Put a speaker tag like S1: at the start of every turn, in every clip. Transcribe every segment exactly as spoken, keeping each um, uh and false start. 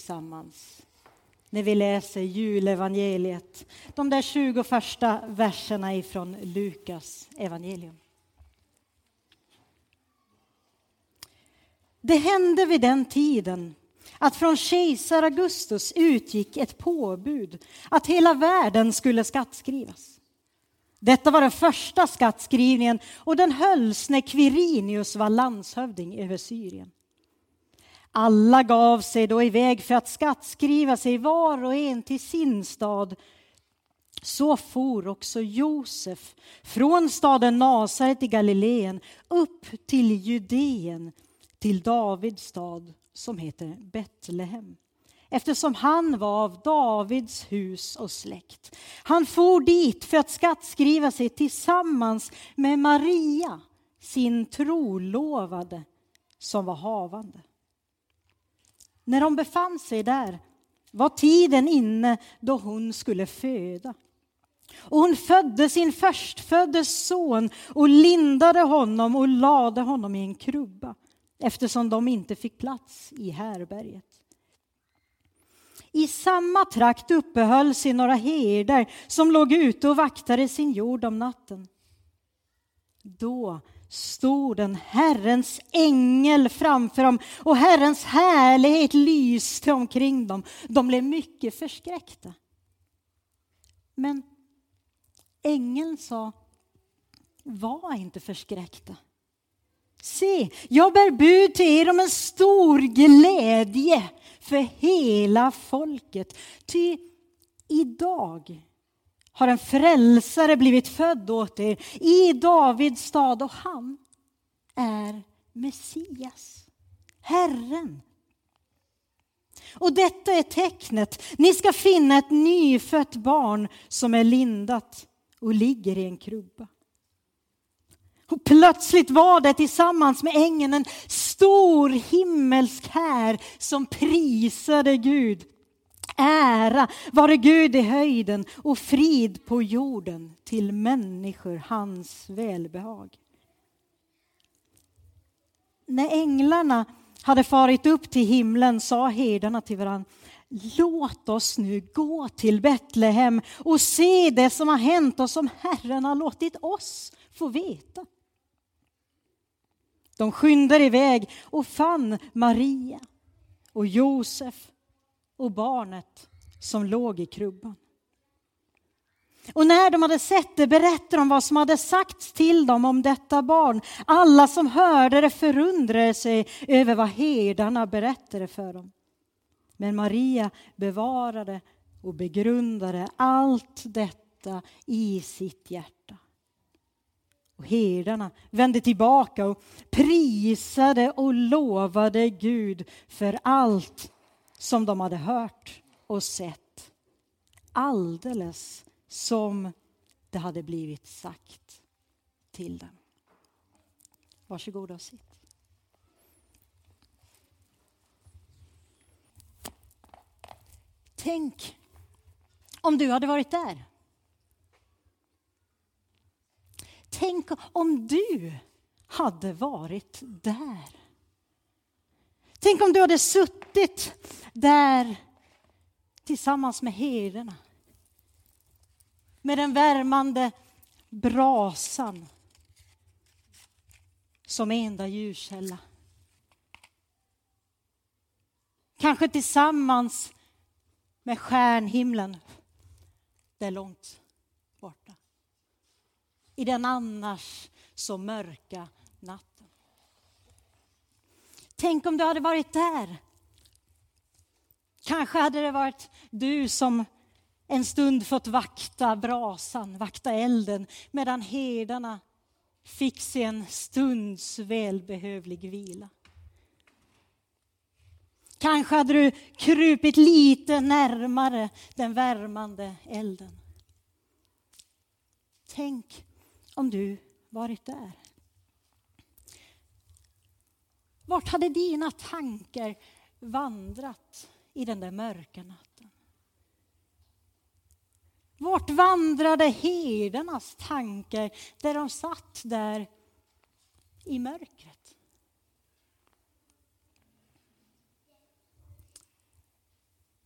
S1: tillsammans när vi läser julevangeliet. De där tjugo första verserna ifrån Lukas evangelium. Det hände vid den tiden att från kejsar Augustus utgick ett påbud att hela världen skulle skattskrivas. Detta var den första skattskrivningen och den hölls när Quirinius var landshövding över Syrien. Alla gav sig då iväg för att skattskriva sig var och en till sin stad. Så for också Josef från staden Nasaret i Galileen upp till Judeen, till Davids stad som heter Betlehem. Eftersom han var av Davids hus och släkt. Han for dit för att skattskriva sig tillsammans med Maria, sin trolovade, som var havande. När de befann sig där var tiden inne då hon skulle föda. Och hon födde sin förstfödde son och lindade honom och lade honom i en krubba, eftersom de inte fick plats i härberget. I samma trakt uppehöll sig några herdar som låg ute och vaktade sin jord om natten. Då stod en Herrens ängel framför dem och Herrens härlighet lyste omkring dem. De blev mycket förskräckta. Men ängeln sa: var inte förskräckta. Se, jag bär bud till er om en stor glädje för hela folket. Ty idag har en frälsare blivit född åt er i Davids stad och han är Messias, Herren. Och detta är tecknet. Ni ska finna ett nyfött barn som är lindat och ligger i en krubba. Och plötsligt var det tillsammans med ängeln en stor himmelsk här som prisade Gud. Ära vare Gud i höjden och frid på jorden till människor hans välbehag. När änglarna hade farit upp till himlen sa herdarna till varandra: låt oss nu gå till Betlehem och se det som har hänt och som Herren har låtit oss få veta. De skyndade iväg och fann Maria och Josef och barnet som låg i krubban. Och när de hade sett det berättade de vad som hade sagts till dem om detta barn. Alla som hörde det förundrade sig över vad herdarna berättade för dem. Men Maria bevarade och begrundade allt detta i sitt hjärta. Och herdarna vände tillbaka och prisade och lovade Gud för allt som de hade hört och sett. Alldeles som det hade blivit sagt till dem. Varsågoda och sitt. Tänk om du hade varit där. Tänk om du hade varit där. Tänk om du hade suttit där tillsammans med herdarna. Med den värmande brasan som enda ljuskälla. Kanske tillsammans med stjärnhimlen där långt borta. I den annars så mörka natten. Tänk om du hade varit där. Kanske hade det varit du som en stund fått vakta brasan, vakta elden, medan herdarna fick sig en stunds välbehövlig vila. Kanske hade du krupit lite närmare den värmande elden. Tänk om du varit där. Vart hade dina tankar vandrat i den där mörka natten? Vart vandrade herdarnas tankar där de satt där i mörkret?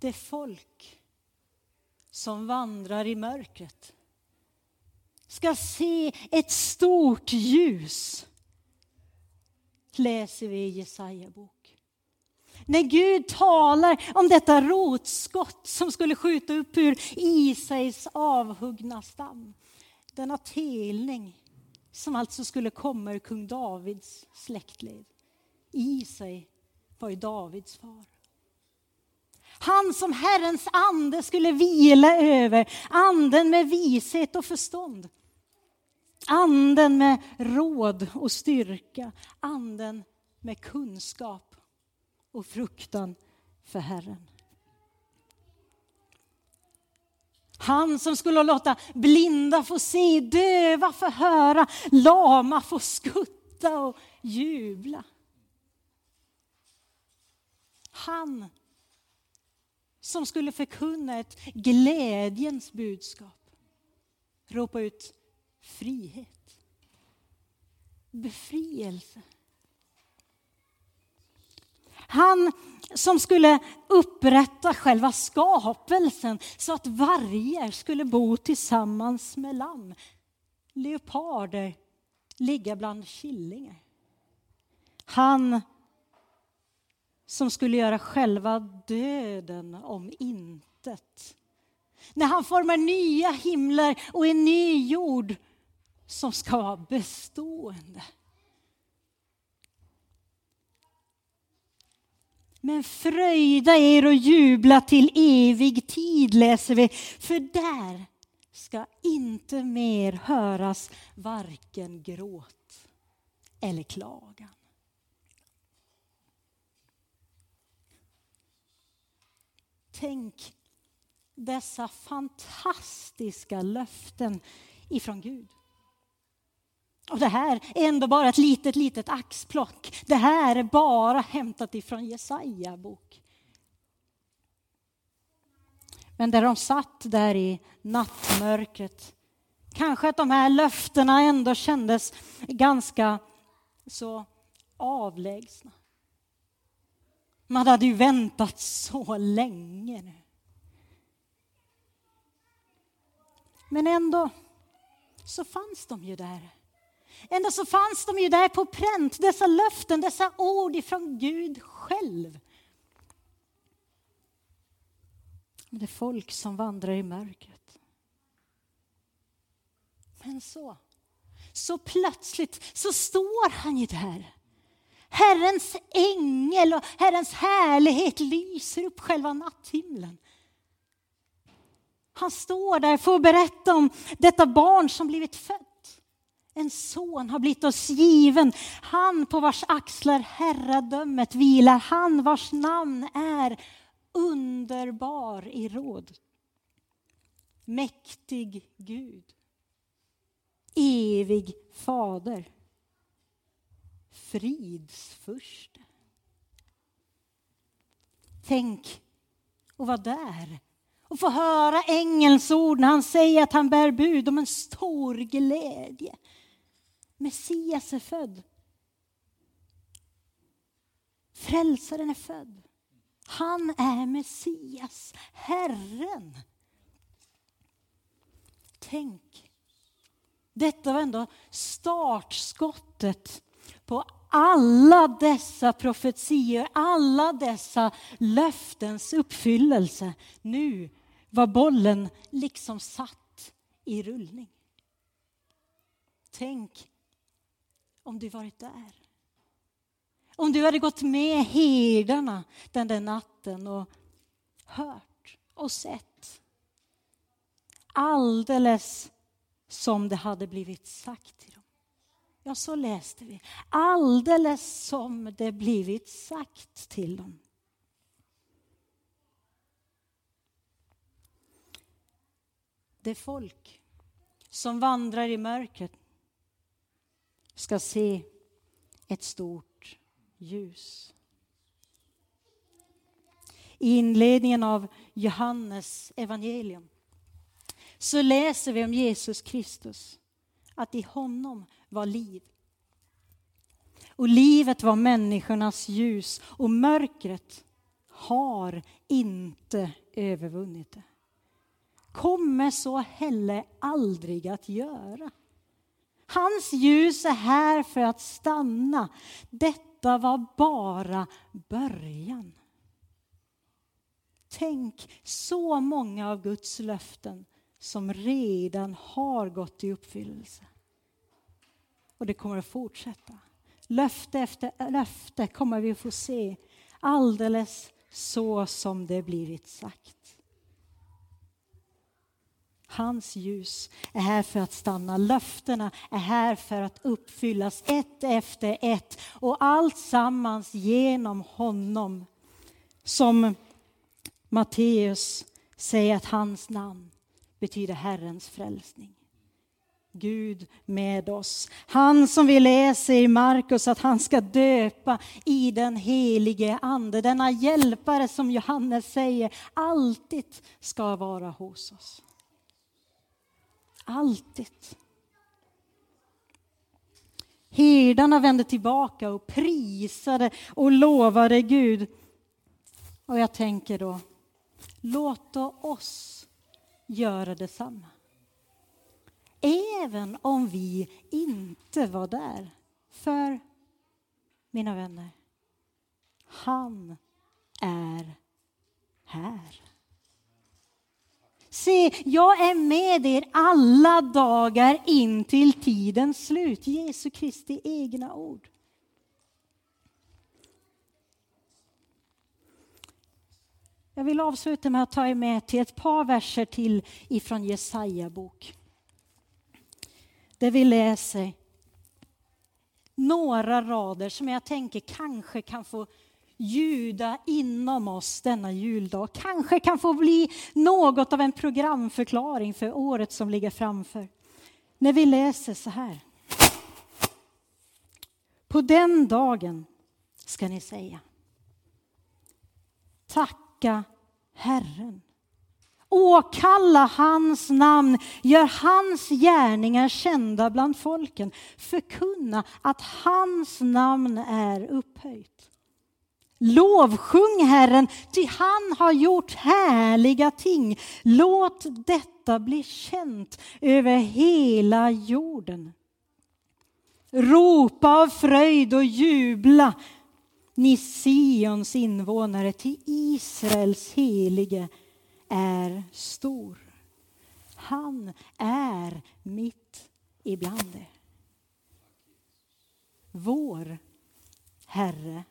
S1: Det folk som vandrar i mörkret ska se ett stort ljus, läser vi i Jesaja bok. När Gud talar om detta rotskott som skulle skjuta upp ur Isais avhuggna stam. Denna telning som alltså skulle komma ur kung Davids släktled. Isai var ju Davids far. Han som Herrens ande skulle vila över, anden med vishet och förstånd. Anden med råd och styrka, anden med kunskap och fruktan för Herren. Han som skulle låta blinda få se, döva få höra, lama få skutta och jubla. Han som skulle förkunna ett glädjens budskap. Ropa ut frihet. Befrielse. Han som skulle upprätta själva skapelsen så att vargar skulle bo tillsammans med lamm. Leoparder ligga bland killingar. Han som skulle göra själva döden om intet. När han formar nya himlar och en ny jord som ska vara bestående. Men fröjda er och jubla till evig tid, läser vi. För där ska inte mer höras varken gråt eller klagan. Tänk dessa fantastiska löften ifrån Gud. Och det här är ändå bara ett litet, litet axplock. Det här är bara hämtat ifrån Jesaja bok. Men där de satt där i nattmörkret, kanske att de här löftena ändå kändes ganska så avlägsna. Man hade ju väntat så länge nu. Men ändå så fanns de ju där. Ändå så fanns de ju där på pränt. Dessa löften, dessa ord ifrån Gud själv. Det är folk som vandrar i mörkret. Men så, så plötsligt så står han ju där. Herrens ängel och Herrens härlighet lyser upp själva natthimlen. Han står där för att berätta om detta barn som blivit fött. En son har blivit oss given. Han på vars axlar herradömet vilar. Han vars namn är underbar i råd. Mäktig Gud. Evig fader. Fridsfurste. Tänk och vara där. Och få höra ängelns ord när han säger att han bär bud om en stor glädje. Messias är född. Frälsaren är född. Han är Messias, Herren. Tänk. Detta var ändå startskottet på alla dessa profetier, alla dessa löftens uppfyllelse. Nu var bollen liksom satt i rullning. Tänk om du varit där. Om du hade gått med herdarna den där natten och hört och sett. Alldeles som det hade blivit sagt till dem. Ja, så läste vi. Alldeles som det blivit sagt till dem. Det folk som vandrar i mörkret ska se ett stort ljus. I inledningen av Johannes evangelium så läser vi om Jesus Kristus, att i honom var liv. Och livet var människornas ljus, och mörkret har inte övervunnit det. Kommer så heller aldrig att göra. Hans ljus är här för att stanna. Detta var bara början. Tänk så många av Guds löften som redan har gått i uppfyllelse. Och det kommer att fortsätta. Löfte efter löfte kommer vi att få se alldeles så som det blivit sagt. Hans ljus är här för att stanna. Löftena är här för att uppfyllas ett efter ett. Och allt sammans genom honom. Som Matteus säger att hans namn betyder Herrens frälsning. Gud med oss. Han som vi läser i Markus att han ska döpa i den helige ande. Denna hjälpare som Johannes säger alltid ska vara hos oss. Alltid. Herdarna vände tillbaka och prisade och lovade Gud. Och jag tänker då, låt oss göra detsamma. Även om vi inte var där. För, mina vänner, han är här. Se, jag är med er alla dagar in till tidens slut. Jesu Kristi egna ord. Jag vill avsluta med att ta er med till ett par verser till ifrån Jesaja bok. Där vi läser några rader som jag tänker kanske kan få ljuda inom oss denna juldag. Kanske kan få bli något av en programförklaring för året som ligger framför. När vi läser så här. På den dagen ska ni säga: tacka Herren. Åkalla hans namn, gör hans gärningar kända bland folken. Förkunna att hans namn är upphöjt. Lovsjung Herren, ty han har gjort härliga ting. Låt detta bli känt över hela jorden. Ropa av fröjd och jubla, ni Sions invånare, till Israels helige är stor. Han är mitt ibland er. Vår Herre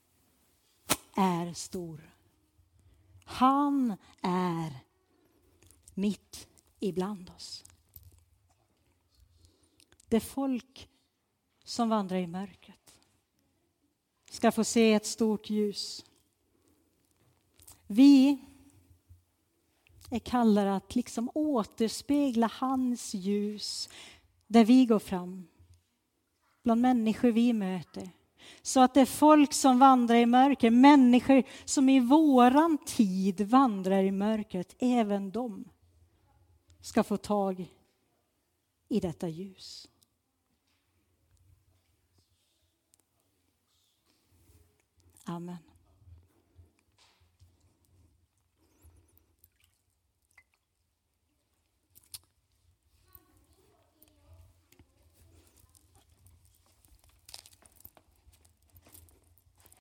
S1: är stor. Han är mitt ibland oss. Det folk som vandrar i mörkret ska få se ett stort ljus. Vi är kallade att liksom återspegla hans ljus där vi går fram. Bland människor vi möter. Så att det folk som vandrar i mörker, människor som i våran tid vandrar i mörkret, även de ska få tag i detta ljus. Amen.